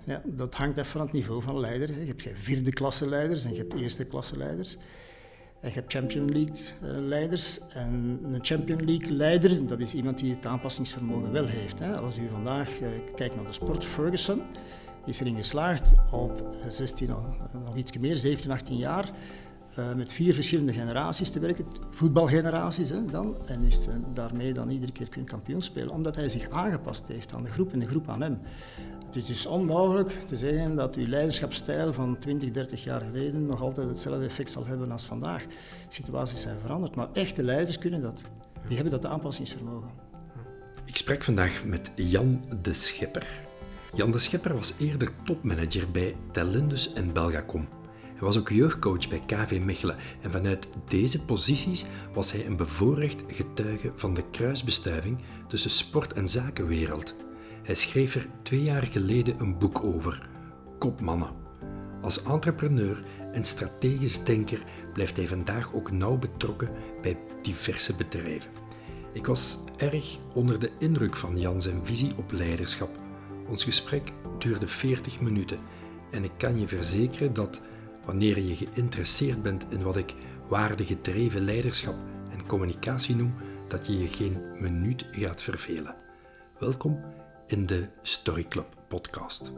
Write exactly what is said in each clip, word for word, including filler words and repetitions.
Ja, dat hangt af van het niveau van leider. Je hebt vierde klasse leiders en je hebt eerste klasse leiders. En je hebt Champion League leiders. En een Champion League leider, dat is iemand die het aanpassingsvermogen wel heeft. Als u vandaag kijkt naar de sport, Ferguson is erin geslaagd op zestien, nog iets meer, zeventien, achttien jaar, Uh, met vier verschillende generaties te werken, voetbalgeneraties hè, dan, en is uh, daarmee dan iedere keer kunnen kampioen spelen, omdat hij zich aangepast heeft aan de groep en de groep aan hem. Het is dus onmogelijk te zeggen dat uw leiderschapsstijl van twintig, dertig jaar geleden nog altijd hetzelfde effect zal hebben als vandaag. De situaties zijn veranderd, maar echte leiders kunnen dat. Die hebben dat aanpassingsvermogen. Ik spreek vandaag met Jan de Schepper. Jan de Schepper was eerder topmanager bij Telindus en Belgacom. Hij was ook jeugdcoach bij K V Mechelen en vanuit deze posities was hij een bevoorrecht getuige van de kruisbestuiving tussen sport en zakenwereld. Hij schreef er twee jaar geleden een boek over, Kopmannen. Als entrepreneur en strategisch denker blijft hij vandaag ook nauw betrokken bij diverse bedrijven. Ik was erg onder de indruk van Jan zijn visie op leiderschap. Ons gesprek duurde veertig minuten en ik kan je verzekeren dat wanneer je geïnteresseerd bent in wat ik waardegedreven leiderschap en communicatie noem, dat je je geen minuut gaat vervelen. Welkom in de Story Club podcast.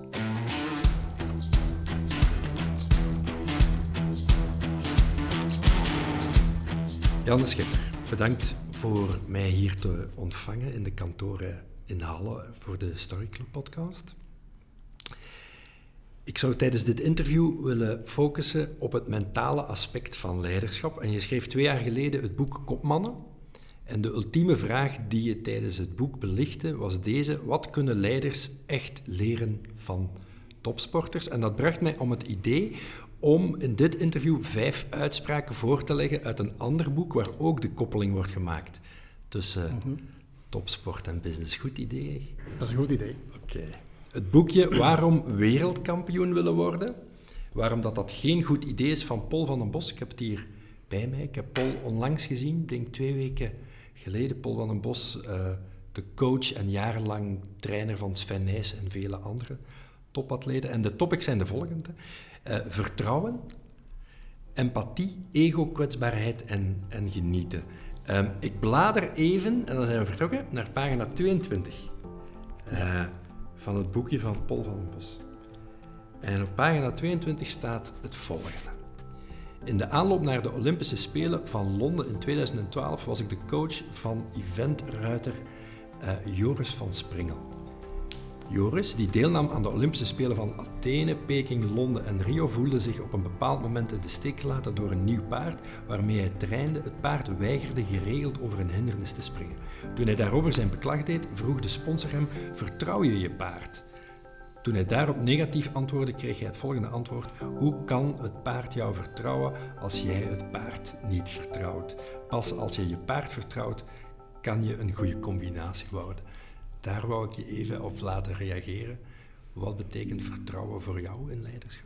Jan de Schepper, bedankt voor mij hier te ontvangen in de kantoren in Halle voor de Story Club podcast. Ik zou tijdens dit interview willen focussen op het mentale aspect van leiderschap. En je schreef twee jaar geleden het boek Kopmannen. En de ultieme vraag die je tijdens het boek belichtte was deze: wat kunnen leiders echt leren van topsporters? En dat bracht mij om het idee om in dit interview vijf uitspraken voor te leggen uit een ander boek waar ook de koppeling wordt gemaakt tussen mm-hmm. topsport en business. Goed idee? Dat is een goed idee. Oké. Okay. Het boekje Waarom wereldkampioen willen worden. Waarom dat, dat geen goed idee is van Paul van den Bos. Ik heb het hier bij mij. Ik heb Paul onlangs gezien, ik denk twee weken geleden. Paul van den Bos, uh, de coach en jarenlang trainer van Sven Nys en vele andere topatleten. En de topics zijn de volgende. Uh, vertrouwen, empathie, ego, kwetsbaarheid en, en genieten. Um, ik blader even, en dan zijn we vertrokken, naar pagina tweeëntwintig. Uh, van het boekje van Paul van den Bos. En op pagina tweeëntwintig staat het volgende. In de aanloop naar de Olympische Spelen van Londen in tweeduizend twaalf was ik de coach van eventruiter uh, Joris van Springel. Joris, die deelnam aan de Olympische Spelen van Athene, Peking, Londen en Rio, voelde zich op een bepaald moment in de steek gelaten door een nieuw paard waarmee hij trainde. Het paard weigerde geregeld over een hindernis te springen. Toen hij daarover zijn beklag deed, vroeg de sponsor hem: vertrouw je je paard? Toen hij daarop negatief antwoordde, kreeg hij het volgende antwoord: hoe kan het paard jou vertrouwen als jij het paard niet vertrouwt? Pas als je je paard vertrouwt, kan je een goede combinatie worden. Daar wou ik je even op laten reageren. Wat betekent vertrouwen voor jou in leiderschap?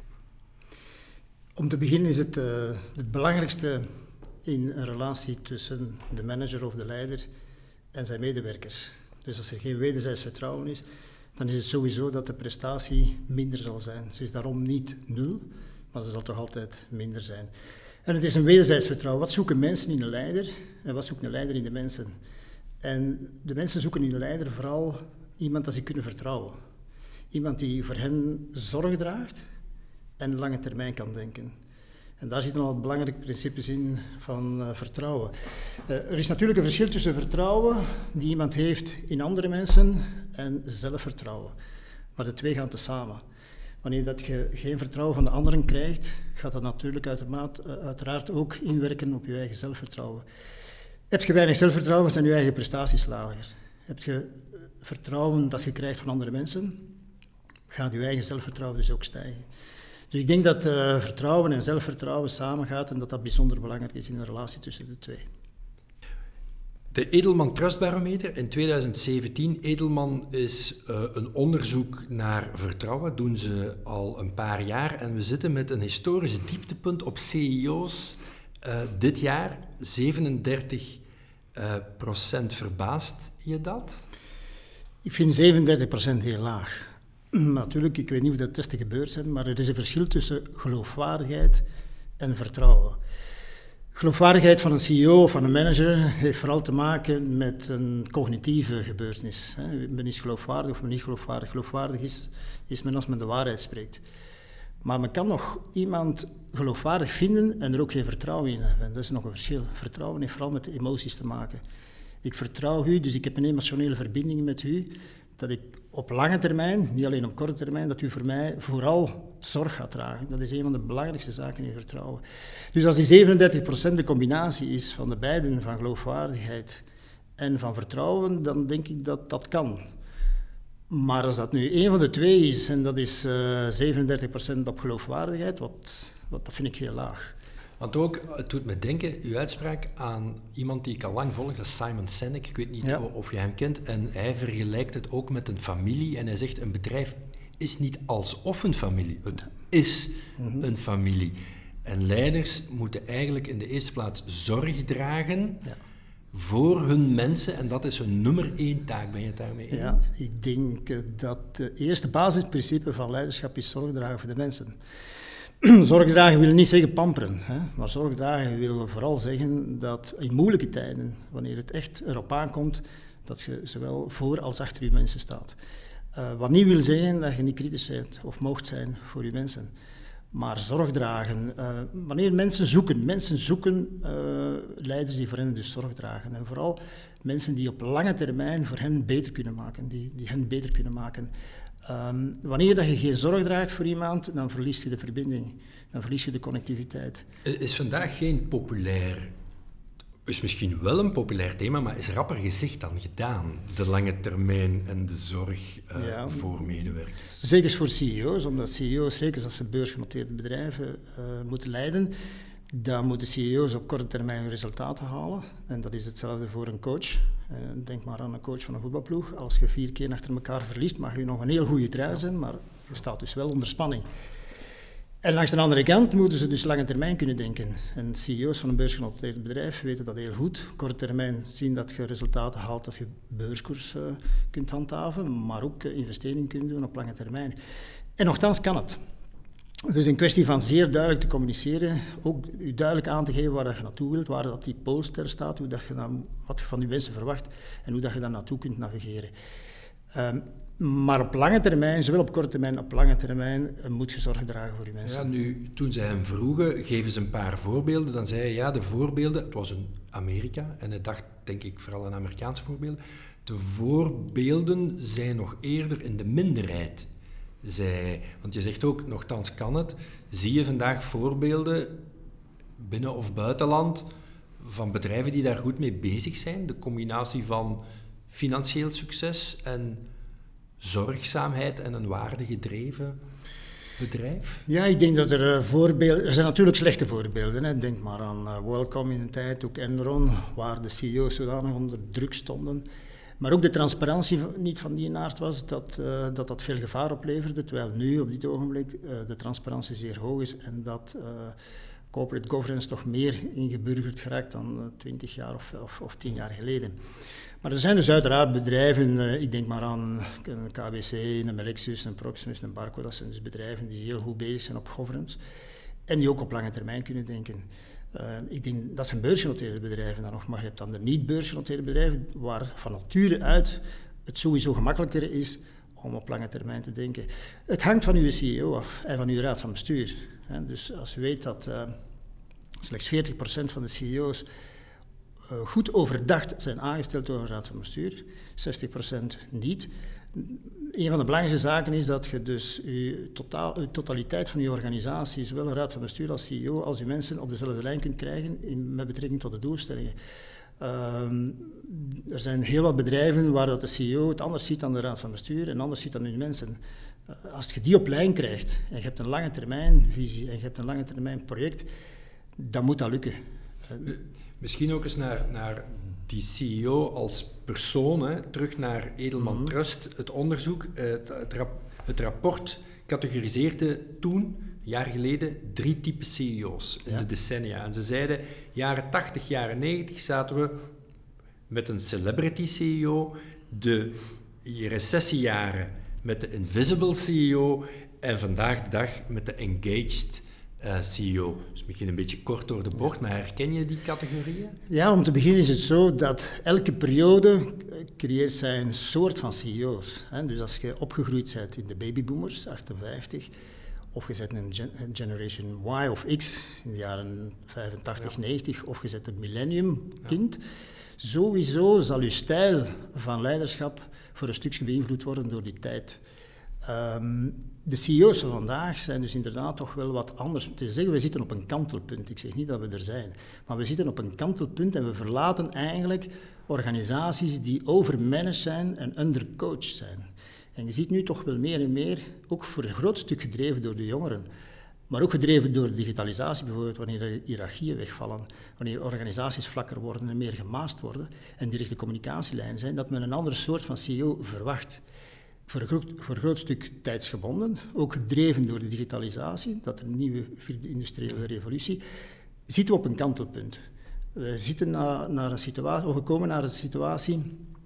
Om te beginnen is het uh, het belangrijkste in een relatie tussen de manager of de leider en zijn medewerkers. Dus als er geen wederzijds vertrouwen is, dan is het sowieso dat de prestatie minder zal zijn. Ze is daarom niet nul, maar ze zal toch altijd minder zijn. En het is een wederzijds vertrouwen. Wat zoeken mensen in een leider en wat zoekt een leider in de mensen? En de mensen zoeken in een leider vooral iemand dat ze kunnen vertrouwen. Iemand die voor hen zorg draagt en lange termijn kan denken. En daar zitten al belangrijke principes in van uh, vertrouwen. Uh, er is natuurlijk een verschil tussen vertrouwen die iemand heeft in andere mensen en zelfvertrouwen. Maar de twee gaan tezamen. Wanneer dat je geen vertrouwen van de anderen krijgt, gaat dat natuurlijk uiteraard, uh, uiteraard ook inwerken op je eigen zelfvertrouwen. Heb je weinig zelfvertrouwen, zijn je eigen prestaties lager. Heb je vertrouwen dat je krijgt van andere mensen, gaat je eigen zelfvertrouwen dus ook stijgen. Dus ik denk dat uh, vertrouwen en zelfvertrouwen samengaat en dat dat bijzonder belangrijk is in de relatie tussen de twee. De Edelman Trust Barometer in tweeduizend zeventien. Edelman is uh, een onderzoek naar vertrouwen, doen ze al een paar jaar. En we zitten met een historisch dieptepunt op C E O's uh, dit jaar, zevenendertig procent. Verbaast je dat? Ik vind zevenendertig procent heel laag. Natuurlijk, ik weet niet hoe dat testen gebeurd zijn, maar er is een verschil tussen geloofwaardigheid en vertrouwen. Geloofwaardigheid van een C E O of van een manager heeft vooral te maken met een cognitieve gebeurtenis. Men is geloofwaardig of men niet geloofwaardig. Geloofwaardig is, is men als men de waarheid spreekt. Maar men kan nog iemand geloofwaardig vinden en er ook geen vertrouwen in hebben. Dat is nog een verschil. Vertrouwen heeft vooral met de emoties te maken. Ik vertrouw u, dus ik heb een emotionele verbinding met u, dat ik op lange termijn, niet alleen op korte termijn, dat u voor mij vooral zorg gaat dragen. Dat is een van de belangrijkste zaken in vertrouwen. Dus als die zevenendertig procent de combinatie is van de beiden, van geloofwaardigheid en van vertrouwen, dan denk ik dat dat kan. Maar als dat nu één van de twee is, en dat is uh, zevenendertig procent op geloofwaardigheid, wat, wat, dat vind ik heel laag. Want ook, het doet me denken, uw uitspraak, aan iemand die ik al lang volg, dat is Simon Sinek. Ik weet niet ja. of je hem kent. En hij vergelijkt het ook met een familie. En hij zegt, een bedrijf is niet alsof een familie. Het is mm-hmm. een familie. En leiders moeten eigenlijk in de eerste plaats zorg dragen ja. voor hun mensen. En dat is hun nummer één taak. Ben je het daarmee eens? Ja, ik denk dat het eerste basisprincipe van leiderschap is zorg dragen voor de mensen. Zorg dragen wil niet zeggen pamperen, hè? Maar zorg dragen wil vooral zeggen dat in moeilijke tijden, wanneer het echt erop aankomt, dat je zowel voor als achter je mensen staat. Uh, wat niet wil zeggen dat je niet kritisch bent of moogt zijn voor je mensen. Maar zorg dragen, uh, wanneer mensen zoeken, mensen zoeken uh, leiders die voor hen dus zorg dragen. En vooral mensen die op lange termijn voor hen beter kunnen maken, die, die hen beter kunnen maken. Um, wanneer dat je geen zorg draagt voor iemand, dan verlies je de verbinding, dan verlies je de connectiviteit. Is vandaag geen populair, is misschien wel een populair thema, maar is rapper gezegd dan gedaan, de lange termijn en de zorg uh, ja, voor medewerkers? Zeker voor C E O's, omdat C E O's, zeker als ze beursgenoteerde bedrijven uh, moeten leiden, dan moeten C E O's op korte termijn resultaten halen. En dat is hetzelfde voor een coach. Uh, denk maar aan een coach van een voetbalploeg. Als je vier keer achter elkaar verliest, mag je nog een heel goede trui zijn, maar je staat dus wel onder spanning. En langs de andere kant moeten ze dus lange termijn kunnen denken. En C E O's van een beursgenoteerd bedrijf weten dat heel goed. Korte termijn zien dat je resultaten haalt, dat je beurskoers uh, kunt handhaven, maar ook uh, investeringen kunt doen op lange termijn. En nochtans kan het. Het is een kwestie van zeer duidelijk te communiceren, ook u duidelijk aan te geven waar je naartoe wilt, waar dat die poolster staat, hoe dat je dan, wat je van je mensen verwacht en hoe dat je daar naartoe kunt navigeren. Um, maar op lange termijn, zowel op korte termijn als op lange termijn, uh, moet je zorg dragen voor je mensen. Ja, nu, toen zij hem vroegen, geven ze een paar voorbeelden, dan zei hij, ja, de voorbeelden, het was in Amerika, en hij dacht, denk ik, vooral aan Amerikaanse voorbeelden, de voorbeelden zijn nog eerder in de minderheid. Zij, want je zegt ook, nochtans kan het, zie je vandaag voorbeelden binnen of buitenland van bedrijven die daar goed mee bezig zijn? De combinatie van financieel succes en zorgzaamheid en een waardegedreven bedrijf? Ja, ik denk dat er uh, voorbeelden... Er zijn natuurlijk slechte voorbeelden. Hè. Denk maar aan uh, WorldCom in de tijd, ook Enron, waar de C E O's zodanig onder druk stonden. Maar ook de transparantie niet van die aard was dat, uh, dat dat veel gevaar opleverde, terwijl nu op dit ogenblik uh, de transparantie zeer hoog is en dat uh, corporate governance toch meer ingeburgerd geraakt dan twintig uh, jaar of, of, of tien jaar geleden. Maar er zijn dus uiteraard bedrijven, uh, ik denk maar aan een K B C, een Melexis, een Proximus, een Barco, dat zijn dus bedrijven die heel goed bezig zijn op governance en die ook op lange termijn kunnen denken. Uh, ik denk, dat zijn beursgenoteerde bedrijven dan nog, maar je hebt dan de niet-beursgenoteerde bedrijven waar van nature uit het sowieso gemakkelijker is om op lange termijn te denken. Het hangt van uw C E O af en van uw raad van bestuur. Hè. Dus als u weet dat uh, slechts veertig procent van de C E O's uh, goed overdacht zijn aangesteld door een raad van bestuur, zestig procent niet. Een van de belangrijkste zaken is dat je dus je totaal, de totaliteit van je organisatie, zowel een raad van bestuur als C E O, als je mensen op dezelfde lijn kunt krijgen in, met betrekking tot de doelstellingen. Uh, er zijn heel wat bedrijven waar dat de C E O het anders ziet dan de raad van bestuur en anders ziet dan hun mensen. Uh, als je die op lijn krijgt en je hebt een lange termijn visie en je hebt een lange termijn project, dan moet dat lukken. Uh, Misschien ook eens naar, naar die C E O als persoon, hè, terug naar Edelman mm-hmm. Trust, het onderzoek, het, het, rap, het rapport categoriseerde toen, een jaar geleden, drie typen C E O's in ja. de decennia. En ze zeiden, jaren tachtig, jaren negentig zaten we met een celebrity C E O, de recessiejaren met de invisible C E O en vandaag de dag met de engaged uh, C E O. Dus misschien een beetje kort door de bocht, maar herken je die categorieën? Ja, om te beginnen is het zo dat elke periode creëert zijn soort van C E O's. Hè. Dus als je opgegroeid bent in de babyboomers, achtenvijftig, of je bent een gen- generation Y of X in de jaren vijfentachtig, ja. negentig, of je bent een millennium kind, ja. Sowieso zal je stijl van leiderschap voor een stukje beïnvloed worden door die tijd. Um, de C E O's van vandaag zijn dus inderdaad toch wel wat anders. Te zeggen, we zitten op een kantelpunt. Ik zeg niet dat we er zijn. Maar we zitten op een kantelpunt en we verlaten eigenlijk organisaties die overmanaged zijn en undercoached zijn. En je ziet nu toch wel meer en meer, ook voor een groot stuk gedreven door de jongeren, maar ook gedreven door digitalisatie bijvoorbeeld, wanneer er hiërarchieën wegvallen, wanneer organisaties vlakker worden en meer gemaast worden en directe communicatielijnen zijn, dat men een andere soort van C E O verwacht. Voor een, groot, voor een groot stuk tijdsgebonden, ook gedreven door de digitalisatie, dat er een nieuwe vierde industriële revolutie, zitten we op een kantelpunt. We zitten na, naar een situatie, of we komen naar een situatie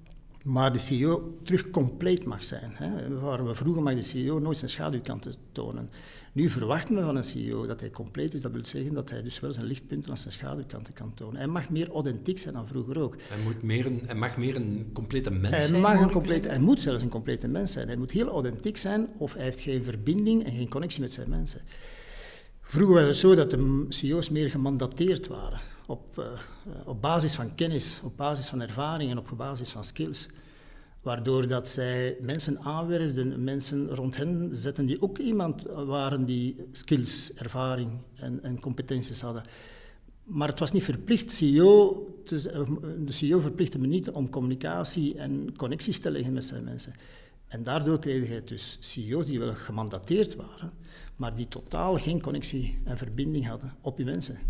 waar de C E O terug compleet mag zijn. Hè. Waar we vroeger mag de C E O nooit zijn schaduwkanten tonen. Nu verwachten we van een C E O dat hij compleet is. Dat wil zeggen dat hij dus wel zijn lichtpunten als zijn schaduwkanten kan tonen. Hij mag meer authentiek zijn dan vroeger ook. Hij, moet meer een, hij mag meer een complete mens hij zijn. Mag een complete, hij moet zelfs een complete mens zijn. Hij moet heel authentiek zijn of hij heeft geen verbinding en geen connectie met zijn mensen. Vroeger was het zo dat de C E O's meer gemandateerd waren. Op, uh, op basis van kennis, op basis van ervaring en op basis van skills. Waardoor dat zij mensen aanwerfden, mensen rond hen zetten die ook iemand waren die skills, ervaring en, en competenties hadden. Maar het was niet verplicht. C E O, de C E O verplichtte me niet om communicatie en connecties te leggen met zijn mensen. En daardoor kreeg je dus C E O's die wel gemandateerd waren, maar die totaal geen connectie en verbinding hadden op je mensen.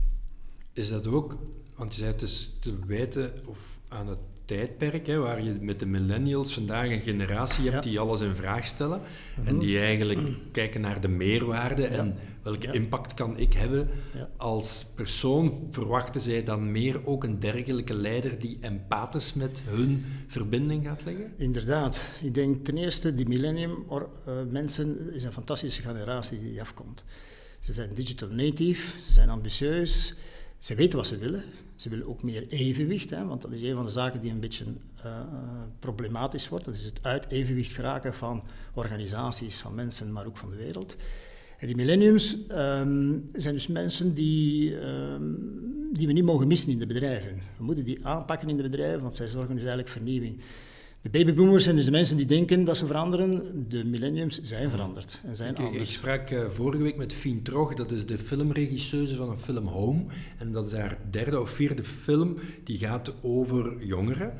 Is dat ook, want je zei het is te wijten of aan het tijdperk, hè, waar je met de millennials vandaag een generatie hebt ja. die alles in vraag stellen mm-hmm. en die eigenlijk mm. kijken naar de meerwaarde ja. en welke ja. impact kan ik hebben. Ja. Als persoon verwachten zij dan meer ook een dergelijke leider die empathisch met hun verbinding gaat leggen? Inderdaad. Ik denk ten eerste, die millennium or, uh, mensen is een fantastische generatie die afkomt. Ze zijn digital native, ze zijn ambitieus, ze weten wat ze willen. Ze willen ook meer evenwicht, hè, want dat is een van de zaken die een beetje uh, problematisch wordt. Dat is het uit evenwicht geraken van organisaties, van mensen, maar ook van de wereld. En die millenniums um, zijn dus mensen die, um, die we niet mogen missen in de bedrijven. We moeten die aanpakken in de bedrijven, want zij zorgen dus eigenlijk vernieuwing. De babyboomers zijn dus de mensen die denken dat ze veranderen. De millenniums zijn veranderd en zijn ik, anders. Ik sprak uh, vorige week met Fien Trog, dat is de filmregisseuse van een film Home. En dat is haar derde of vierde film, die gaat over jongeren.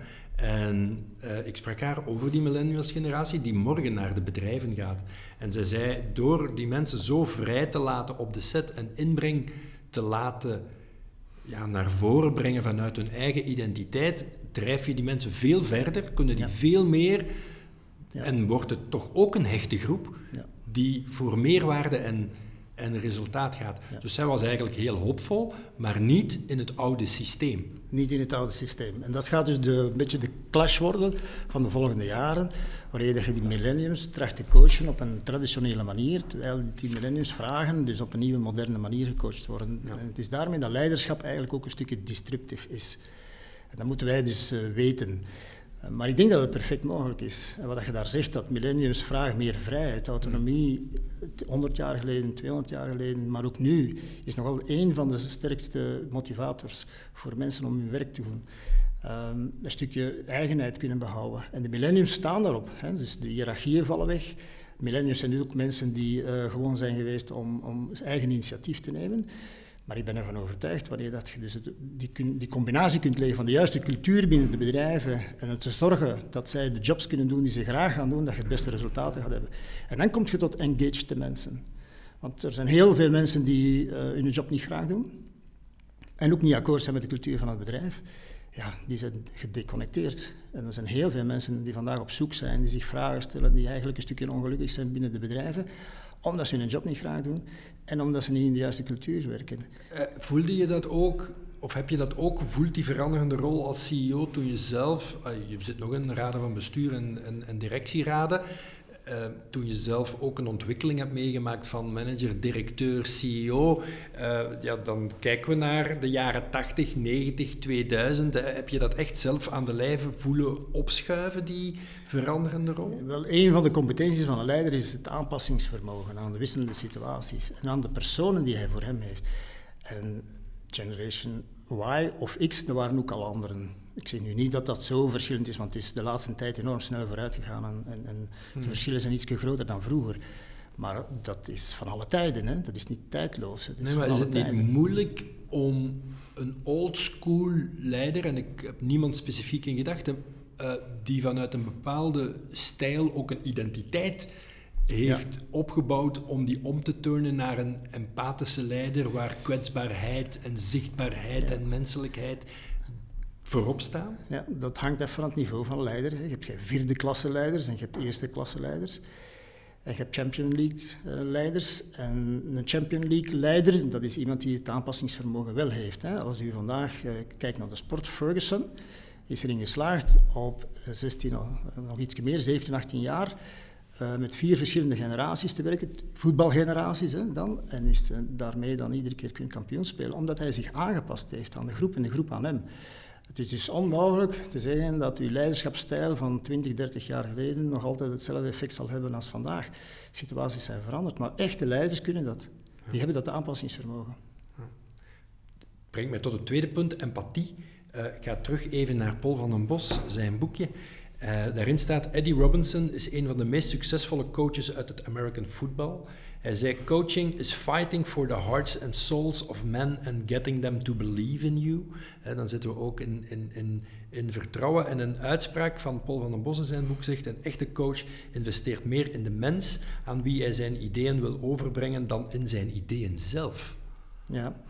En uh, ik sprak haar over die millennials-generatie die morgen naar de bedrijven gaat. En zij zei, door die mensen zo vrij te laten op de set en inbreng te laten ja, naar voren brengen vanuit hun eigen identiteit, drijf je die mensen veel verder, kunnen die ja. veel meer ja. en wordt het toch ook een hechte groep ja. die voor meerwaarde en, en resultaat gaat. Ja. Dus zij was eigenlijk heel hoopvol, maar niet in het oude systeem. Niet in het oude systeem. En dat gaat dus de, een beetje de clash worden van de volgende jaren, waarin je die millenniums tracht te coachen op een traditionele manier, terwijl die millenniums vragen dus op een nieuwe, moderne manier gecoacht worden. Ja. En het is daarmee dat leiderschap eigenlijk ook een stukje disruptief is. En dat moeten wij dus uh, weten. Uh, maar ik denk dat het perfect mogelijk is. En wat je daar zegt, dat millenniums vragen meer vrijheid, autonomie, honderd jaar geleden, tweehonderd jaar geleden, maar ook nu, is nogal één van de sterkste motivators voor mensen om hun werk te doen. Um, een stukje eigenheid kunnen behouden. En de millenniums staan daarop. Hè? Dus de hiërarchieën vallen weg. Millenniums zijn nu ook mensen die uh, gewoon zijn geweest om, om eigen initiatief te nemen. Maar ik ben ervan overtuigd, wanneer dat je dus die, die combinatie kunt leggen van de juiste cultuur binnen de bedrijven en het te zorgen dat zij de jobs kunnen doen die ze graag gaan doen, dat je het beste resultaten gaat hebben. En dan kom je tot engaged mensen. Want er zijn heel veel mensen die uh, hun job niet graag doen en ook niet akkoord zijn met de cultuur van het bedrijf. Ja, die zijn gedeconnecteerd. En er zijn heel veel mensen die vandaag op zoek zijn, die zich vragen stellen, die eigenlijk een stukje ongelukkig zijn binnen de bedrijven, omdat ze hun job niet graag doen en omdat ze niet in de juiste cultuur werken. Uh, voelde je dat ook, of heb je dat ook gevoeld, die veranderende rol als C E O, toen je zelf, uh, je zit nog in raden van bestuur en, en, en directieraden, Uh, toen je zelf ook een ontwikkeling hebt meegemaakt van manager, directeur, C E O, uh, ja, dan kijken we naar de jaren tachtig, negentig, tweeduizend. Uh, heb je dat echt zelf aan de lijve voelen opschuiven, die veranderende rol? Wel, een van de competenties van een leider is het aanpassingsvermogen aan de wisselende situaties en aan de personen die hij voor hem heeft. En Generation Y of X, er waren ook al anderen. Ik zeg nu niet dat dat zo verschillend is, want het is de laatste tijd enorm snel vooruit gegaan en, en, en hmm. de verschillen zijn iets groter dan vroeger. Maar dat is van alle tijden, hè? Dat is niet tijdloos. Het is nee, maar is het tijden. niet moeilijk om een oldschool leider, en ik heb niemand specifiek in gedachten, uh, die vanuit een bepaalde stijl ook een identiteit heeft ja. opgebouwd om die om te turnen naar een empathische leider waar kwetsbaarheid en zichtbaarheid ja. en menselijkheid voorop staan? Ja, dat hangt even aan het niveau van leider. Je hebt vierde klasse leiders en je hebt eerste klasse leiders. En je hebt Champion League uh, leiders. En een Champion League leider, dat is iemand die het aanpassingsvermogen wel heeft. Hè. Als u vandaag uh, kijkt naar de sport, Ferguson is erin geslaagd op zestien, uh, nog iets meer, zeventien, achttien jaar, uh, met vier verschillende generaties te werken, voetbalgeneraties hè, dan, en is uh, daarmee dan iedere keer kunnen kampioen spelen, omdat hij zich aangepast heeft aan de groep en de groep aan hem. Het is dus onmogelijk te zeggen dat uw leiderschapsstijl van twintig, dertig jaar geleden nog altijd hetzelfde effect zal hebben als vandaag. De situaties zijn veranderd, maar echte leiders kunnen dat. Die ja. hebben dat aanpassingsvermogen. Ja. Brengt mij tot het tweede punt, empathie. Uh, ik ga terug even naar Paul van den Bos, zijn boekje. Uh, daarin staat, Eddie Robinson is een van de meest succesvolle coaches uit het American football. Hij zei, coaching is fighting for the hearts and souls of men and getting them to believe in you. Uh, dan zitten we ook in, in, in, in vertrouwen. En een uitspraak van Paul van den Bos in zijn boek zegt, een echte coach investeert meer in de mens aan wie hij zijn ideeën wil overbrengen dan in zijn ideeën zelf. Ja,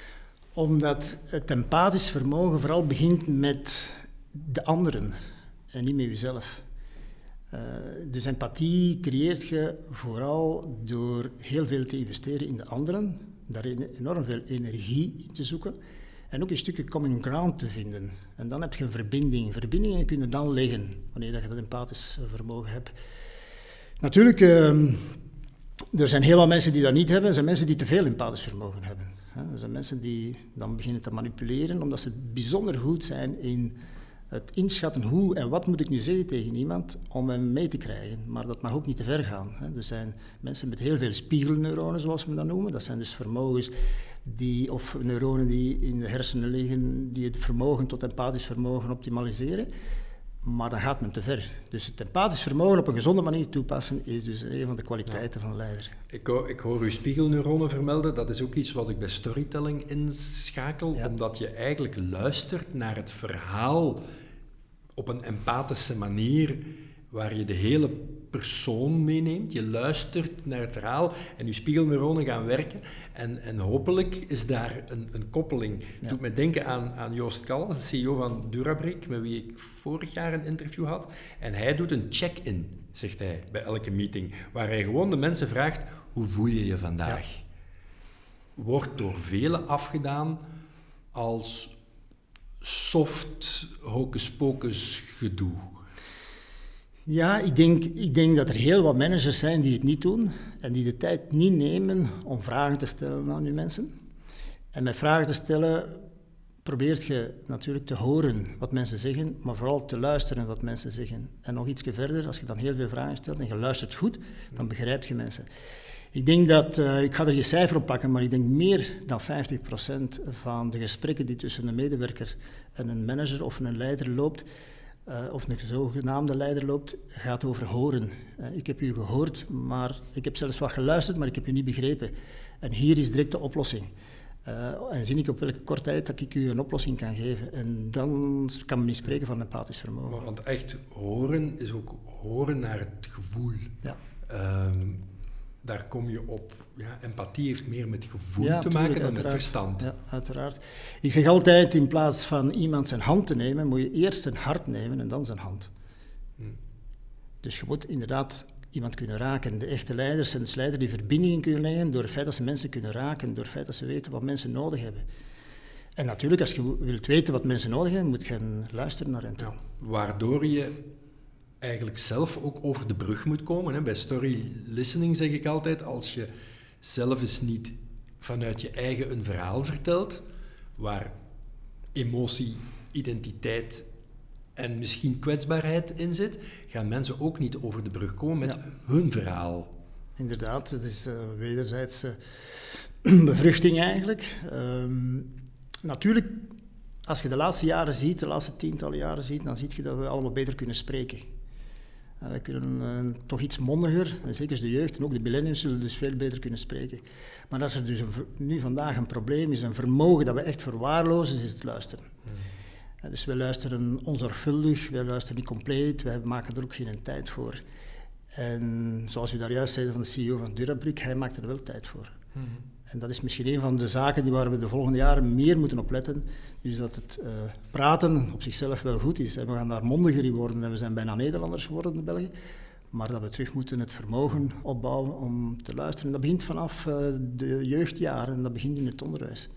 omdat het empathisch vermogen vooral begint met de anderen en niet met jezelf. Uh, dus empathie creëert je vooral door heel veel te investeren in de anderen, daar enorm veel energie in te zoeken en ook een stukje common ground te vinden. En dan heb je een verbinding. Verbindingen kunnen dan liggen, wanneer je dat empathisch vermogen hebt. Natuurlijk, uh, er zijn heel wat mensen die dat niet hebben. Er zijn mensen die te veel empathisch vermogen hebben. Er zijn mensen die dan beginnen te manipuleren, omdat ze bijzonder goed zijn in het inschatten hoe en wat moet ik nu zeggen tegen iemand om hem mee te krijgen. Maar dat mag ook niet te ver gaan. Er zijn mensen met heel veel spiegelneuronen, zoals we dat noemen. Dat zijn dus vermogens die, of neuronen die in de hersenen liggen, die het vermogen tot empathisch vermogen optimaliseren. Maar dan gaat men te ver. Dus het empathisch vermogen op een gezonde manier toepassen is dus een van de kwaliteiten ja. van een leider. Ik, ho- ik hoor u spiegelneuronen vermelden. Dat is ook iets wat ik bij storytelling inschakel. Ja. Omdat je eigenlijk luistert naar het verhaal op een empathische manier waar je de hele persoon meeneemt. Je luistert naar het verhaal en je spiegelneuronen gaan werken. En, en hopelijk is daar een, een koppeling. Het ja. doet me denken aan, aan Joost Callens, de C E O van Durabrik, met wie ik vorig jaar een interview had. En hij doet een check-in, zegt hij, bij elke meeting, waar hij gewoon de mensen vraagt, hoe voel je je vandaag? Ja. Wordt door velen afgedaan als soft, hocus-pocus gedoe. Ja, ik denk, ik denk dat er heel wat managers zijn die het niet doen en die de tijd niet nemen om vragen te stellen aan die mensen. En met vragen te stellen probeert je natuurlijk te horen wat mensen zeggen, maar vooral te luisteren wat mensen zeggen. En nog iets verder, als je dan heel veel vragen stelt en je luistert goed, dan begrijp je mensen. Ik denk dat, uh, ik ga er geen cijfer op pakken, maar ik denk meer dan vijftig procent van de gesprekken die tussen een medewerker en een manager of een leider loopt, Uh, of een zogenaamde leider loopt, gaat over horen. Uh, ik heb u gehoord, maar ik heb zelfs wat geluisterd, maar ik heb u niet begrepen. En hier is direct de oplossing. Uh, en zie ik op welke korte tijd dat ik u een oplossing kan geven. En dan kan men niet spreken van empathisch vermogen. Want echt horen is ook horen naar het gevoel. Ja. Um, daar kom je op. Ja, empathie heeft meer met gevoel ja, te tuurlijk, maken dan uiteraard. met verstand. Ja, uiteraard. Ik zeg altijd, in plaats van iemand zijn hand te nemen, moet je eerst zijn hart nemen en dan zijn hand. Hmm. Dus je moet inderdaad iemand kunnen raken. De echte leiders zijn dus leiders die verbindingen kunnen leggen door het feit dat ze mensen kunnen raken, door het feit dat ze weten wat mensen nodig hebben. En natuurlijk, als je wilt weten wat mensen nodig hebben, moet je luisteren naar hen toe. Ja, waardoor je eigenlijk zelf ook over de brug moet komen. Hè. Bij story listening zeg ik altijd, als je zelf eens niet vanuit je eigen een verhaal vertelt, waar emotie, identiteit en misschien kwetsbaarheid in zit, gaan mensen ook niet over de brug komen met ja. hun verhaal. Inderdaad, het is uh, wederzijdse bevruchting eigenlijk. Um, natuurlijk, als je de laatste jaren ziet, de laatste tientallen jaren ziet, dan zie je dat we allemaal beter kunnen spreken. Uh, we kunnen uh, toch iets mondiger, en zeker de jeugd en ook de millennials zullen dus veel beter kunnen spreken. Maar als er dus een, nu vandaag een probleem is, een vermogen dat we echt verwaarlozen, is het luisteren. Hmm. Uh, dus we luisteren onzorgvuldig, we luisteren niet compleet, we maken er ook geen tijd voor. En zoals u daar juist zei van de C E O van Durabrick, hij maakt er wel tijd voor. Hmm. En dat is misschien een van de zaken die waar we de volgende jaren meer moeten op letten. Dus dat het uh, praten op zichzelf wel goed is. En we gaan daar mondiger in worden en we zijn bijna Nederlanders geworden in België. Maar dat we terug moeten het vermogen opbouwen om te luisteren. En dat begint vanaf uh, de jeugdjaren en dat begint in het onderwijs.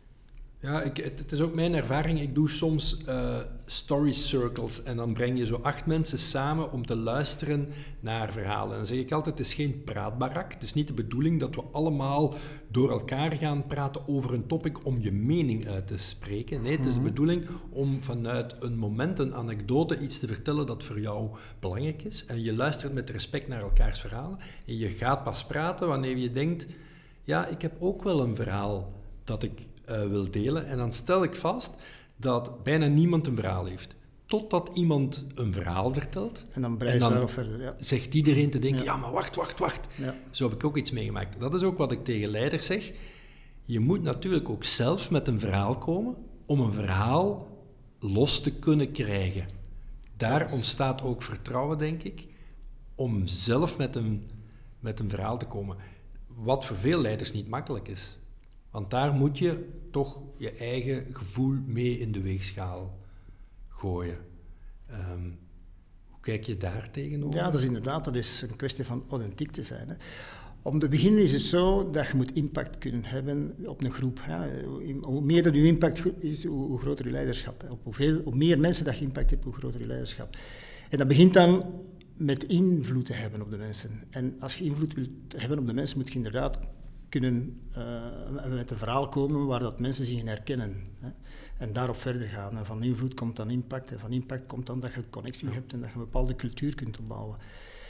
Ja, ik, het, het is ook mijn ervaring. Ik doe soms uh, story circles en dan breng je zo acht mensen samen om te luisteren naar verhalen. En dan zeg ik altijd, het is geen praatbarak. Het is niet de bedoeling dat we allemaal door elkaar gaan praten over een topic om je mening uit te spreken. Nee, het is de bedoeling om vanuit een moment, een anekdote, iets te vertellen dat voor jou belangrijk is. En je luistert met respect naar elkaars verhalen. En je gaat pas praten wanneer je denkt, ja, ik heb ook wel een verhaal dat ik Uh, wil delen. En dan stel ik vast dat bijna niemand een verhaal heeft. Totdat iemand een verhaal vertelt. En dan breid je daarop verder, ja. Zegt iedereen te denken, ja, ja maar wacht, wacht, wacht. Ja. Zo heb ik ook iets meegemaakt. Dat is ook wat ik tegen leiders zeg. Je moet natuurlijk ook zelf met een verhaal komen om een verhaal los te kunnen krijgen. Daar is... ontstaat ook vertrouwen, denk ik, om zelf met een, met een verhaal te komen. Wat voor veel leiders niet makkelijk is. Want daar moet je toch je eigen gevoel mee in de weegschaal gooien. Um, hoe kijk je daar tegenover? Ja, dat is inderdaad, dat is een kwestie van authentiek te zijn. Hè. Om te beginnen is het zo dat je moet impact kunnen hebben op een groep. Hè. Hoe meer dat je impact is, hoe groter je leiderschap. Hè. Op hoeveel, hoe meer mensen dat je impact hebt, hoe groter je leiderschap. En dat begint dan met invloed te hebben op de mensen. En als je invloed wilt hebben op de mensen, moet je inderdaad kunnen uh, met een verhaal komen waar dat mensen zich in herkennen. Hè. En daarop verder gaan. En van invloed komt dan impact. En van impact komt dan dat je connectie hebt en dat je een bepaalde cultuur kunt opbouwen.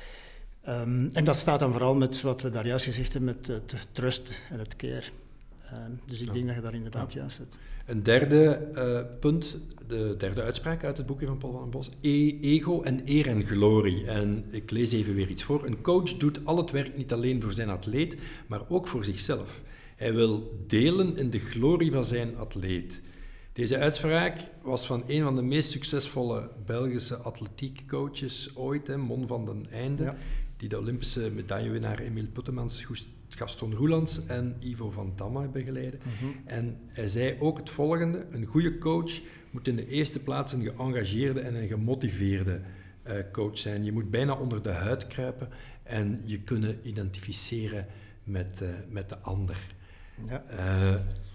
Um, en dat staat dan vooral met wat we daar juist gezegd hebben, met het trust en het care. Uh, dus ik ja. denk dat je daar inderdaad ja. juist zit. Een derde uh, punt, de derde uitspraak uit het boekje van Paul van den Bos. E- ego en eer en glorie. En ik lees even weer iets voor. Een coach doet al het werk niet alleen voor zijn atleet, maar ook voor zichzelf. Hij wil delen in de glorie van zijn atleet. Deze uitspraak was van een van de meest succesvolle Belgische atletiekcoaches ooit, hè, Mon van den Einde, ja. die de Olympische medaillewinnaar Emile Puttemans, Gaston Roelands en Ivo van Damme begeleiden. Uh-huh. En hij zei ook het volgende: een goede coach moet in de eerste plaats een geëngageerde en een gemotiveerde uh, coach zijn. Je moet bijna onder de huid kruipen en je kunnen identificeren met, uh, met de ander. Ja. Uh,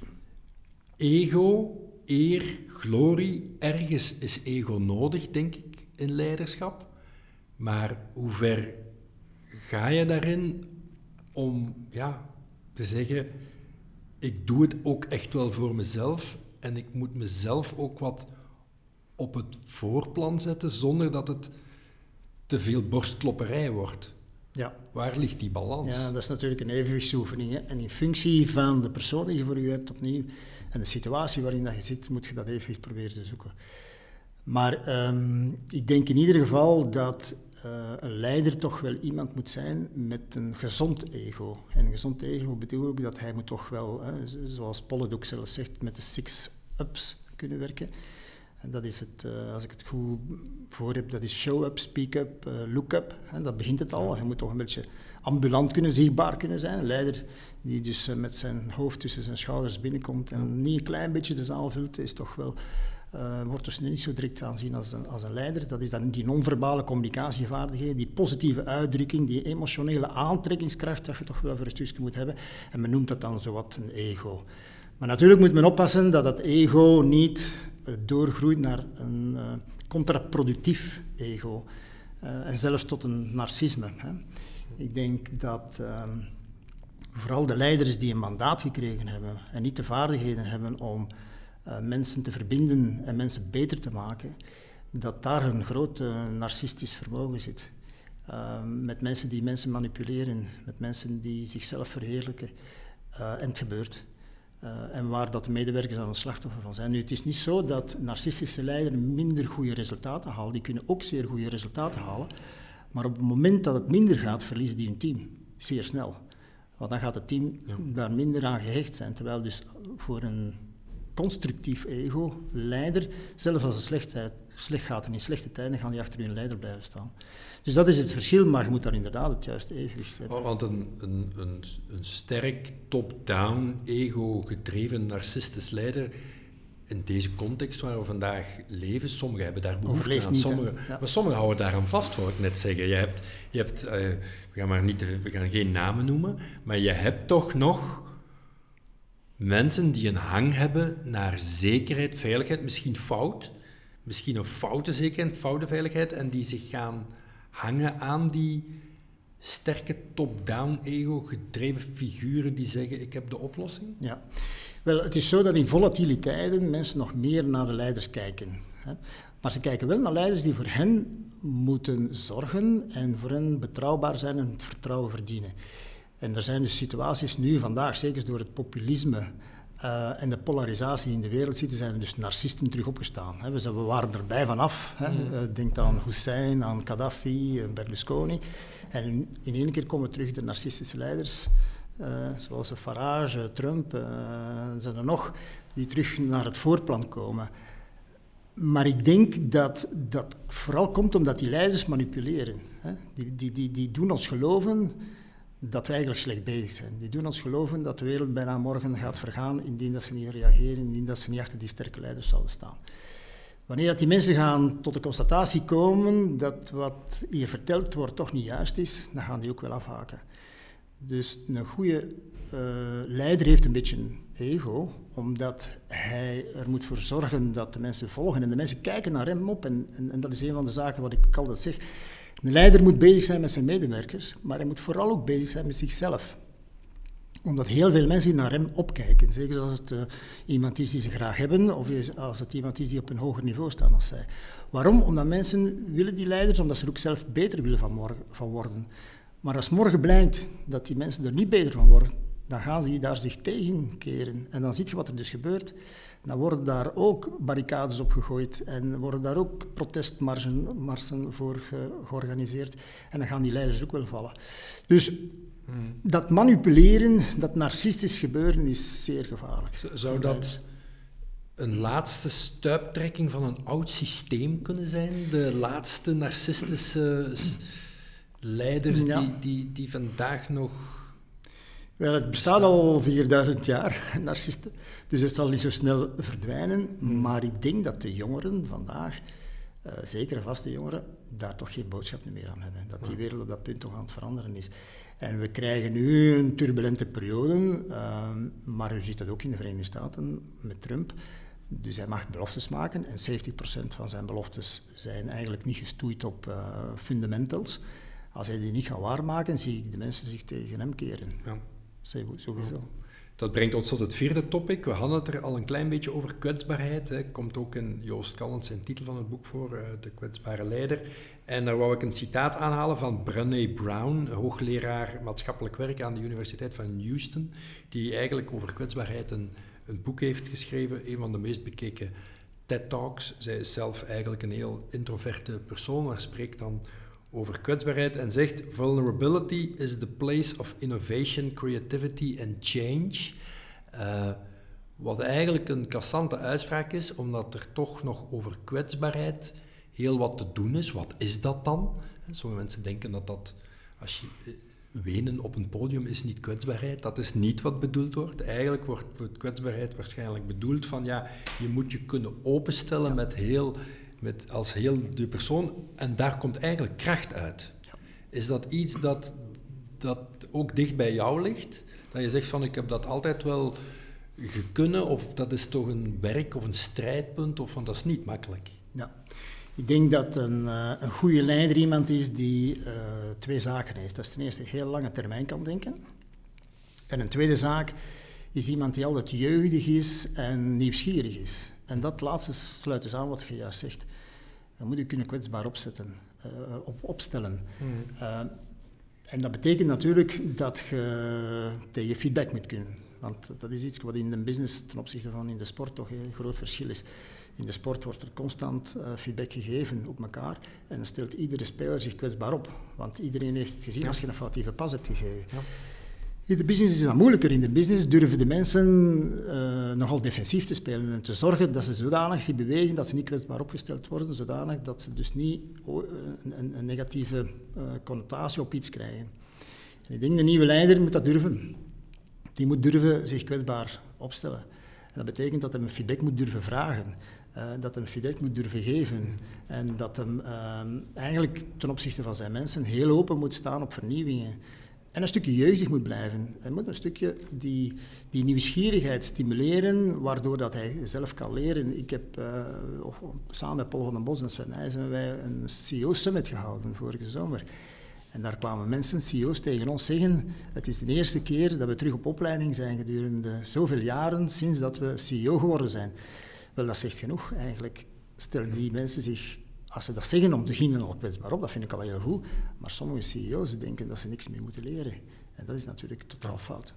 ego, eer, glorie, ergens is ego nodig, denk ik, in leiderschap. Maar hoe ver ga je daarin om ja, te zeggen, ik doe het ook echt wel voor mezelf en ik moet mezelf ook wat op het voorplan zetten zonder dat het te veel borstklopperij wordt. Ja. Waar ligt die balans? Ja, dat is natuurlijk een evenwichtsoefening. Hè? En in functie van de persoon die je voor je hebt opnieuw en de situatie waarin dat je zit, moet je dat evenwicht proberen te zoeken. Maar um, ik denk in ieder geval dat uh, een leider toch wel iemand moet zijn met een gezond ego. En een gezond ego bedoel ik dat hij moet toch wel, hè, zoals Paul het ook zelf zegt, met de six-ups kunnen werken. En dat is het, uh, als ik het goed voor heb, dat is show-up, speak-up, uh, look-up. Hè, dat begint het al. Je moet toch een beetje ambulant kunnen, zichtbaar kunnen zijn. Een leider die dus uh, met zijn hoofd tussen zijn schouders binnenkomt en niet een klein beetje de zaal vult, is toch wel, uh, wordt dus niet zo direct aanzien als een, als een leider. Dat is dan die non-verbale communicatievaardigheden, die positieve uitdrukking, die emotionele aantrekkingskracht dat je toch wel voor een stukje moet hebben. En men noemt dat dan zowat een ego. Maar natuurlijk moet men oppassen dat dat ego niet doorgroeit naar een uh, contraproductief ego. Uh, en zelfs tot een narcisme. Hè. Ik denk dat uh, vooral de leiders die een mandaat gekregen hebben en niet de vaardigheden hebben om uh, mensen te verbinden en mensen beter te maken, dat daar een groot uh, narcistisch vermogen zit. Uh, met mensen die mensen manipuleren, met mensen die zichzelf verheerlijken. Uh, en het gebeurt. Uh, en waar dat de medewerkers dan een slachtoffer van zijn. Nu, het is niet zo dat narcistische leiders minder goede resultaten halen. Die kunnen ook zeer goede resultaten halen. Maar op het moment dat het minder gaat, verliezen die hun team. Zeer snel. Want dan gaat het team ja. daar minder aan gehecht zijn. Terwijl dus voor een constructief ego, leider, zelfs als het slecht, slecht gaat en in slechte tijden, gaan die achter hun leider blijven staan. Dus dat is het verschil, maar je moet daar inderdaad het juiste evenwicht hebben. Want een, een, een, een sterk top-down, ego-gedreven, narcistisch leider, in deze context waar we vandaag leven, sommigen hebben daar behoefte aan, niet, sommigen, ja. maar sommigen houden daaraan vast, wou ik net zeggen. Je hebt, je hebt uh, we, gaan maar niet, we gaan geen namen noemen, maar je hebt toch nog mensen die een hang hebben naar zekerheid, veiligheid, misschien fout, misschien een foute zekerheid, foute veiligheid, en die zich gaan hangen aan die sterke top-down ego gedreven figuren die zeggen ik heb de oplossing? Ja, wel het is zo dat in volatiele tijden mensen nog meer naar de leiders kijken. Hè. Maar ze kijken wel naar leiders die voor hen moeten zorgen en voor hen betrouwbaar zijn en het vertrouwen verdienen. En er zijn dus situaties nu, vandaag, zeker door het populisme uh, en de polarisatie in de wereld zitten, zijn er dus narcisten terug opgestaan. Hè. We, we waren erbij vanaf. Hè. Uh, denk aan Hussein, aan Gaddafi, Berlusconi. En in, in één keer komen terug de narcistische leiders, uh, zoals Farage, Trump, uh, zijn er nog, die terug naar het voorplan komen. Maar ik denk dat dat vooral komt omdat die leiders manipuleren. Hè. Die, die, die, die doen ons geloven dat we eigenlijk slecht bezig zijn. Die doen ons geloven dat de wereld bijna morgen gaat vergaan indien dat ze niet reageren, indien dat ze niet achter die sterke leiders zouden staan. Wanneer dat die mensen gaan tot de constatatie komen dat wat hier verteld wordt toch niet juist is, dan gaan die ook wel afhaken. Dus een goede uh, leider heeft een beetje een ego, omdat hij er moet voor zorgen dat de mensen volgen. En de mensen kijken naar hem op en, en, en dat is een van de zaken wat ik altijd zeg. Een leider moet bezig zijn met zijn medewerkers, maar hij moet vooral ook bezig zijn met zichzelf. Omdat heel veel mensen naar hem opkijken. Zeker als het uh, iemand is die ze graag hebben, of als het iemand is die op een hoger niveau staat dan zij. Waarom? Omdat mensen willen die leiders, omdat ze er ook zelf beter willen van, morgen, van worden. Maar als morgen blijkt dat die mensen er niet beter van worden, dan gaan ze daar zich tegen keren. En dan zie je wat er dus gebeurt. Dan worden daar ook barricades op gegooid en worden daar ook protestmarsen voor ge, georganiseerd. En dan gaan die leiders ook wel vallen. Dus hmm. dat manipuleren, dat narcistisch gebeuren is zeer gevaarlijk. Zou dat een laatste stuiptrekking van een oud systeem kunnen zijn? De laatste narcistische leiders ja. die, die, die vandaag nog... Wel, het bestaat al vierduizend jaar, narcisten, dus het zal niet zo snel verdwijnen. Hmm. Maar ik denk dat de jongeren vandaag, uh, zeker en vast de jongeren, daar toch geen boodschap meer aan hebben. Dat die wereld op dat punt toch aan het veranderen is. En we krijgen nu een turbulente periode, uh, maar u ziet dat ook in de Verenigde Staten met Trump. Dus hij mag beloftes maken en zeventig procent van zijn beloftes zijn eigenlijk niet gestoeid op uh, fundamentals. Als hij die niet gaat waarmaken, zie ik de mensen zich tegen hem keren. Ja. Sowieso. Dat brengt ons tot het vierde topic. We hadden het er al een klein beetje over kwetsbaarheid. Hè. Komt ook in Joost Callens zijn titel van het boek voor, uh, De kwetsbare leider. En daar wou ik een citaat aanhalen van Brené Brown, hoogleraar maatschappelijk werk aan de Universiteit van Houston, die eigenlijk over kwetsbaarheid een, een boek heeft geschreven, een van de meest bekeken TED-talks. Zij is zelf eigenlijk een heel introverte persoon, maar spreekt dan over kwetsbaarheid en zegt: vulnerability is the place of innovation, creativity and change. Uh, wat eigenlijk een cassante uitspraak is, omdat er toch nog over kwetsbaarheid heel wat te doen is. Wat is dat dan? Sommige mensen denken dat dat, als je wenen op een podium is niet kwetsbaarheid. Dat is niet wat bedoeld wordt. Eigenlijk wordt kwetsbaarheid waarschijnlijk bedoeld van ja, je moet je kunnen openstellen ja. met heel... Met als heel de persoon, en daar komt eigenlijk kracht uit. Ja. Is dat iets dat, dat ook dicht bij jou ligt? Dat je zegt van, ik heb dat altijd wel gekunnen, of dat is toch een werk of een strijdpunt, of van dat is niet makkelijk? Ja, Ik denk dat een, uh, een goede leider iemand is die uh, twee zaken heeft. Dat is ten eerste heel lange termijn kan denken. En een tweede zaak is iemand die altijd jeugdig is en nieuwsgierig is. En dat laatste sluit dus aan wat je juist zegt. Dan moet je kunnen kwetsbaar opzetten, uh, op, opstellen. Mm. Uh, en dat betekent natuurlijk dat je tegen feedback moet kunnen. Want dat is iets wat in de business ten opzichte van in de sport toch een groot verschil is. In de sport wordt er constant uh, feedback gegeven op elkaar en dan stelt iedere speler zich kwetsbaar op. Want iedereen heeft het gezien ja. als je een foutieve pas hebt gegeven. Ja. In de business is dat moeilijker. In de business durven de mensen uh, nogal defensief te spelen en te zorgen dat ze zodanig zich bewegen dat ze niet kwetsbaar opgesteld worden, zodanig dat ze dus niet oh, een, een negatieve uh, connotatie op iets krijgen. En ik denk de nieuwe leider moet dat durven. Die moet durven zich kwetsbaar opstellen. En dat betekent dat hij een feedback moet durven vragen. Uh, dat hij feedback moet durven geven. En dat hij uh, eigenlijk ten opzichte van zijn mensen heel open moet staan op vernieuwingen. En een stukje jeugdig moet blijven. Hij moet een stukje die, die nieuwsgierigheid stimuleren, waardoor dat hij zelf kan leren. Ik heb uh, samen met Paul van den Bos en Sven Nijs hebben wij een C E O-summit gehouden vorige zomer. En daar kwamen mensen, C E O's, tegen ons zeggen, het is de eerste keer dat we terug op opleiding zijn gedurende zoveel jaren sinds dat we C E O geworden zijn. Wel, dat zegt genoeg eigenlijk. Stel die mensen zich, als ze dat zeggen, om te beginnen al kwetsbaar op, dat vind ik al heel goed. Maar sommige C E O's denken dat ze niks meer moeten leren. En dat is natuurlijk totaal fout.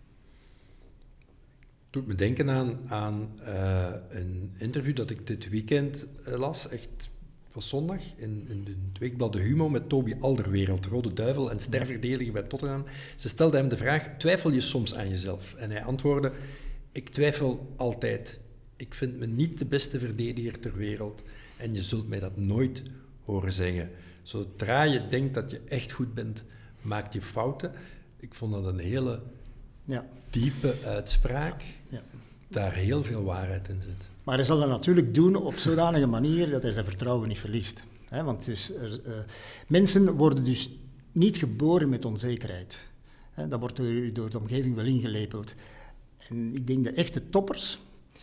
Doet me denken aan, aan uh, een interview dat ik dit weekend uh, las, echt... was zondag, in, in het weekblad De Humo met Toby Alderweireld, Rode Duivel en sterverdediger bij Tottenham. Ze stelde hem de vraag, twijfel je soms aan jezelf? En hij antwoordde, ik twijfel altijd. Ik vind me niet de beste verdediger ter wereld en je zult mij dat nooit horen zeggen. Zodra je denkt dat je echt goed bent, maak je fouten. Ik vond dat een hele ja. diepe uitspraak, ja. daar heel veel waarheid in zit. Maar hij zal dat natuurlijk doen op zodanige manier dat hij zijn vertrouwen niet verliest. He, want dus er, uh, mensen worden dus niet geboren met onzekerheid. He, dat wordt door, door de omgeving wel ingelepeld. En ik denk de echte toppers,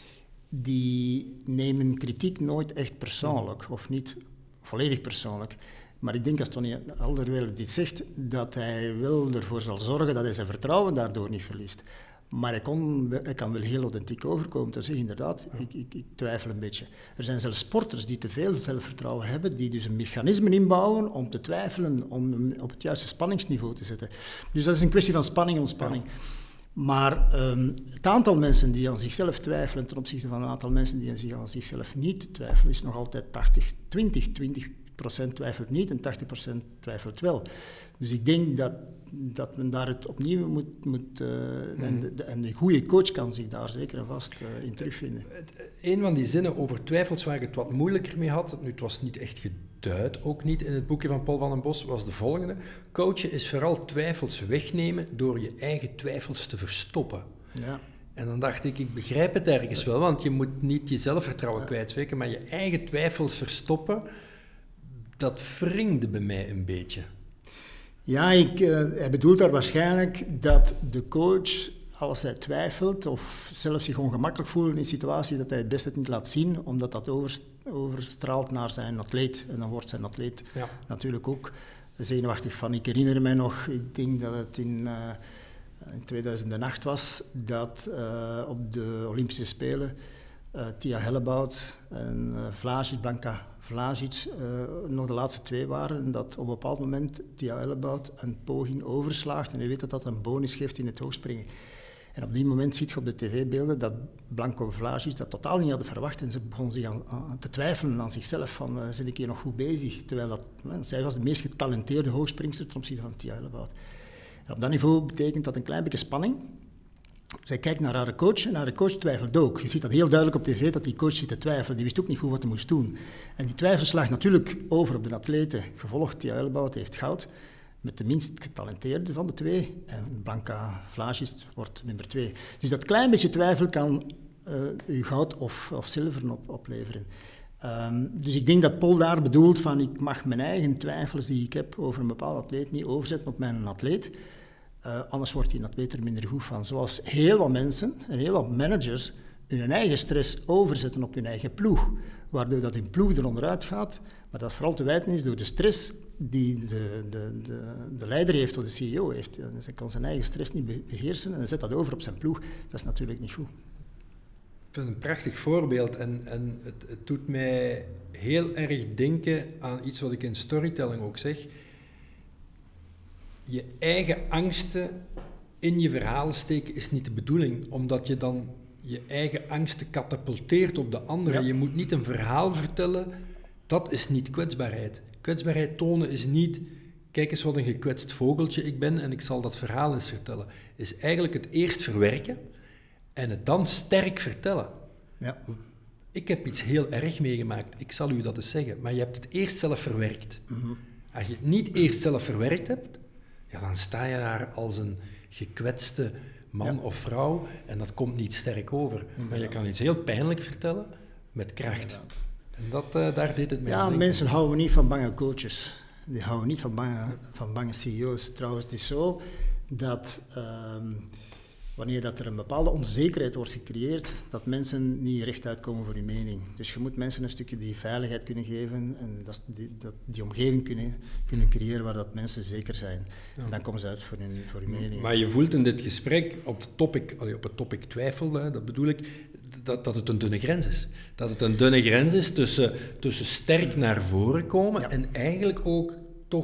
die nemen kritiek nooit echt persoonlijk, of niet volledig persoonlijk. Maar ik denk als Tony Alderweireld dit zegt, dat hij wel ervoor zal zorgen dat hij zijn vertrouwen daardoor niet verliest. Maar hij, kon, hij kan wel heel authentiek overkomen. Dat zeg inderdaad, ik, ik, ik twijfel een beetje. Er zijn zelfs sporters die te veel zelfvertrouwen hebben, die dus een mechanisme inbouwen om te twijfelen, om op het juiste spanningsniveau te zetten. Dus dat is een kwestie van spanning en ontspanning. Ja. Maar um, het aantal mensen die aan zichzelf twijfelen ten opzichte van een aantal mensen die aan zichzelf niet twijfelen, is nog altijd tachtig twintig. twintig procent twijfelt niet en tachtig procent twijfelt wel. Dus ik denk dat, dat men daar het opnieuw moet... moet uh, mm. en, de, de, en de goede coach kan zich daar zeker en vast uh, in terugvinden. Een van die zinnen over twijfels waar ik het wat moeilijker mee had, nu het was niet echt geduid, ook niet in het boekje van Paul van den Bos, was de volgende. Coachen is vooral twijfels wegnemen door je eigen twijfels te verstoppen. Ja. En dan dacht ik, ik begrijp het ergens wel, want je moet niet je zelfvertrouwen ja. kwijtspreken, maar je eigen twijfels verstoppen, dat wringde bij mij een beetje. Ja, ik, uh, hij bedoelt daar waarschijnlijk dat de coach, als hij twijfelt of zelfs zich ongemakkelijk voelt in een situatie, dat hij het best het niet laat zien, omdat dat overst- overstraalt naar zijn atleet. En dan wordt zijn atleet ja. natuurlijk ook zenuwachtig van. Ik herinner mij nog, ik denk dat het in, uh, in tweeduizend acht was, dat uh, op de Olympische Spelen uh, Tia Helleboud en uh, Vlasic, Blanka Vlasic uh, nog de laatste twee waren en dat op een bepaald moment Tia Helleboud een poging overslaagt en je weet dat dat een bonus geeft in het hoogspringen. En op die moment ziet je op de tv-beelden dat Blanko Vlasic dat totaal niet hadden verwacht en ze begon zich aan, aan te twijfelen aan zichzelf van uh, zit ik hier nog goed bezig? Terwijl dat, uh, zij was de meest getalenteerde hoogspringster ten opzichte van Tia Helleboud. En op dat niveau betekent dat een klein beetje spanning. Zij kijkt naar haar coach en haar coach twijfelt ook. Je ziet dat heel duidelijk op tv, dat die coach zit te twijfelen. Die wist ook niet goed wat hij moest doen. En die twijfel slaagt natuurlijk over op de atleten. Gevolgd, Tia Helleboud heeft goud, met de minst getalenteerde van de twee. En Blanka Vlasic wordt nummer twee. Dus dat klein beetje twijfel kan uh, u goud of, of zilver op, opleveren. Um, dus ik denk dat Paul daar bedoelt van ik mag mijn eigen twijfels die ik heb over een bepaalde atleet niet overzetten op mijn atleet. Uh, anders wordt die atleet er minder goed van. Zoals heel wat mensen en heel wat managers hun eigen stress overzetten op hun eigen ploeg, waardoor dat hun ploeg eronderuit gaat, maar dat vooral te wijten is door de stress die de, de, de, de leider heeft of de C E O heeft. Dus hij kan zijn eigen stress niet beheersen en hij zet dat over op zijn ploeg. Dat is natuurlijk niet goed. Ik vind het een prachtig voorbeeld en, en het, het doet mij heel erg denken aan iets wat ik in storytelling ook zeg. Je eigen angsten in je verhaal steken is niet de bedoeling, omdat je dan je eigen angsten katapulteert op de andere. Ja. Je moet niet een verhaal vertellen, dat is niet kwetsbaarheid. Kwetsbaarheid tonen is niet, kijk eens wat een gekwetst vogeltje ik ben en ik zal dat verhaal eens vertellen. Is eigenlijk het eerst verwerken en het dan sterk vertellen. Ja. Ik heb iets heel erg meegemaakt, ik zal u dat eens zeggen, maar je hebt het eerst zelf verwerkt. Mm-hmm. Als je het niet eerst zelf verwerkt hebt, ja, dan sta je daar als een gekwetste man ja. of vrouw en dat komt niet sterk over. Inderdaad. Maar je kan iets heel pijnlijk vertellen met kracht. Inderdaad. En dat, uh, daar deed het mee. Ja, mensen houden niet van bange coaches. Die houden niet van bange, van bange C E O's. Trouwens, het is zo dat um, wanneer dat er een bepaalde onzekerheid wordt gecreëerd, dat mensen niet rechtuit komen voor hun mening. Dus je moet mensen een stukje die veiligheid kunnen geven en dat, die, dat, die omgeving kunnen, kunnen creëren waar dat mensen zeker zijn. Ja. En dan komen ze uit voor hun, voor hun mening. Maar je voelt in dit gesprek op het topic, op het topic twijfel, dat bedoel ik, dat, dat het een dunne grens is. Dat het een dunne grens is tussen, tussen sterk naar voren komen ja. en eigenlijk ook toch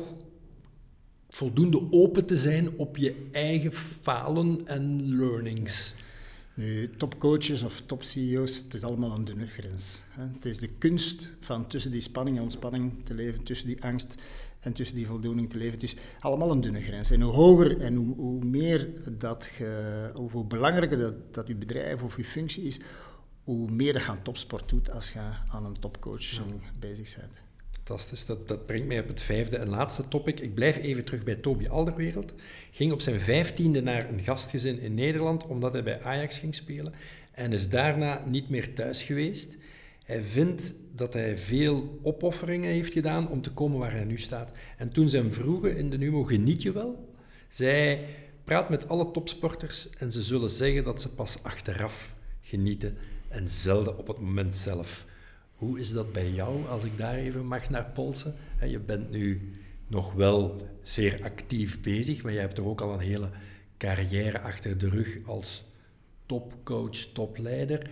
voldoende open te zijn op je eigen falen en learnings. Ja. Nu, topcoaches of top-C E O's, het is allemaal een dunne grens. Hè. Het is de kunst van tussen die spanning en ontspanning te leven, tussen die angst en tussen die voldoening te leven. Het is allemaal een dunne grens. En hoe hoger en hoe, hoe meer dat je, of hoe belangrijker dat, dat je bedrijf of je functie is, hoe meer dat je aan topsport doet als je aan een topcoaching ja. bezig bent. Fantastisch, dat, dat brengt mij op het vijfde en laatste topic. Ik blijf even terug bij Toby Alderweireld. Ging op zijn vijftiende naar een gastgezin in Nederland, omdat hij bij Ajax ging spelen. En is daarna niet meer thuis geweest. Hij vindt dat hij veel opofferingen heeft gedaan om te komen waar hij nu staat. En toen ze hem vroegen in de Numo, geniet je wel? Zij praat met alle topsporters en ze zullen zeggen dat ze pas achteraf genieten en zelden op het moment zelf. Hoe is dat bij jou, als ik daar even mag naar polsen? Je bent nu nog wel zeer actief bezig, maar je hebt er ook al een hele carrière achter de rug als topcoach, topleider.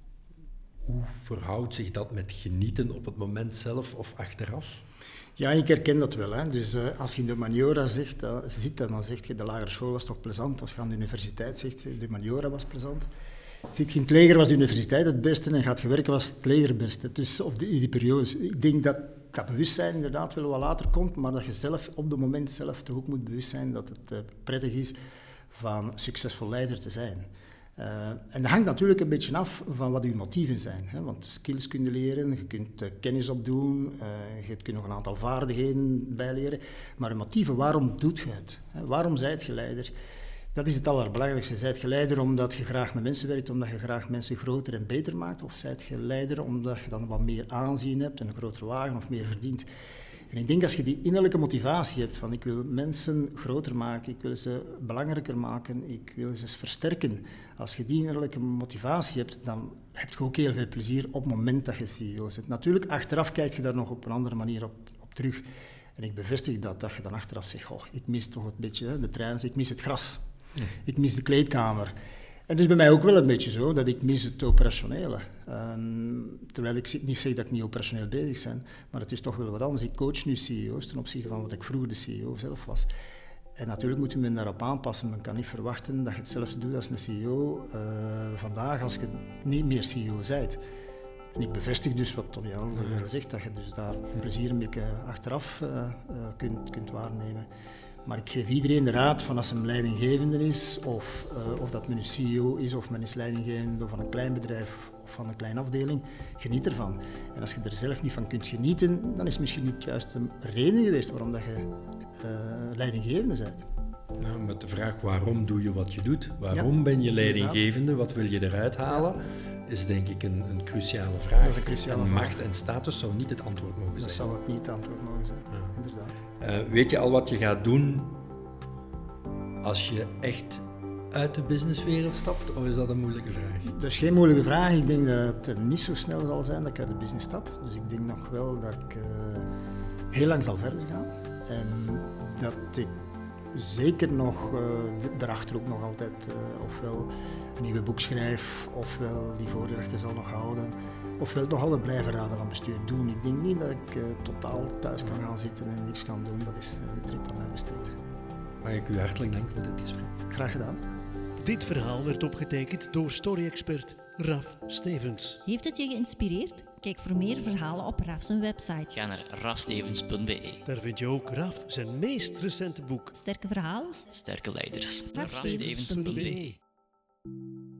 Hoe verhoudt zich dat met genieten op het moment zelf of achteraf? Ja, ik herken dat wel. Hè. Dus uh, als je in de humaniora zegt, uh, zit, dan zeg je de lagere school was toch plezant. Als je aan de universiteit zegt, de humaniora was plezant. Zit je in het leger, was de universiteit het beste en gaat je werken, was het leger het beste. Dus, of die, die periodes. Ik denk dat dat bewustzijn inderdaad wel wat later komt, maar dat je zelf op het moment zelf toch ook moet bewust zijn dat het uh, prettig is van succesvol leider te zijn. Uh, en dat hangt natuurlijk een beetje af van wat je motieven zijn. Hè? Want skills kun je leren, je kunt uh, kennis opdoen, uh, je kunt nog een aantal vaardigheden bijleren. Maar de motieven, waarom doet je het? Hè? Waarom zijt je leider? Dat is het allerbelangrijkste. Zijt je leider omdat je graag met mensen werkt, omdat je graag mensen groter en beter maakt? Of zijt je leider omdat je dan wat meer aanzien hebt, een grotere wagen of meer verdient? En ik denk als je die innerlijke motivatie hebt van ik wil mensen groter maken, ik wil ze belangrijker maken, ik wil ze versterken. Als je die innerlijke motivatie hebt, dan heb je ook heel veel plezier op het moment dat je C E O zit. Natuurlijk, achteraf kijk je daar nog op een andere manier op, op terug. En ik bevestig dat, dat je dan achteraf zegt, oh, ik mis toch een beetje hè, de trein, ik mis het gras, ja. Ik mis de kleedkamer. En dus bij mij ook wel een beetje zo, dat ik mis het operationele. Um, terwijl ik niet zeg dat ik niet operationeel bezig ben, maar het is toch wel wat anders. Ik coach nu C E O's ten opzichte van wat ik vroeger de C E O zelf was. En natuurlijk moet men daarop aanpassen. Men kan niet verwachten dat je hetzelfde doet als een C E O uh, vandaag als je niet meer C E O bent. En ik bevestig dus wat Tony al zegt, dat je dus daar plezier een beetje achteraf uh, uh, kunt, kunt waarnemen. Maar ik geef iedereen de raad van als een leidinggevende is, of, uh, of dat men een C E O is, of men is leidinggevende van een klein bedrijf of van een kleine afdeling, geniet ervan. En als je er zelf niet van kunt genieten, dan is het misschien niet juist de reden geweest waarom dat je uh, leidinggevende bent. Nou, met de vraag waarom doe je wat je doet, waarom ja, ben je leidinggevende, wat wil je eruit halen, ja. is denk ik een, een cruciale vraag. Dat is een cruciale en vraag. Macht en status zou niet het antwoord mogen zijn. Dat zou het niet het antwoord mogen zijn, ja. Inderdaad. Uh, weet je al wat je gaat doen als je echt uit de businesswereld stapt, of is dat een moeilijke vraag? Dat is geen moeilijke vraag. Ik denk dat het niet zo snel zal zijn dat ik uit de business stap. Dus ik denk nog wel dat ik uh, heel lang zal verder gaan. En dat ik zeker nog uh, daarachter ook nog altijd uh, ofwel een nieuwe boek schrijf, ofwel die voordrachten zal nog houden, ofwel nog altijd blijven raden van bestuur doen. Ik denk niet dat ik uh, totaal thuis kan gaan zitten en niks kan doen. Dat is uh, direct aan mij besteed. Mag ik u hartelijk danken voor dit gesprek. Graag gedaan. Dit verhaal werd opgetekend door story-expert Raf Stevens. Heeft het je geïnspireerd? Kijk voor meer verhalen op Raf zijn website. Ga naar rafstevens punt be. Daar vind je ook Raf zijn meest recente boek. Sterke verhalen? Sterke leiders. rafstevens punt be.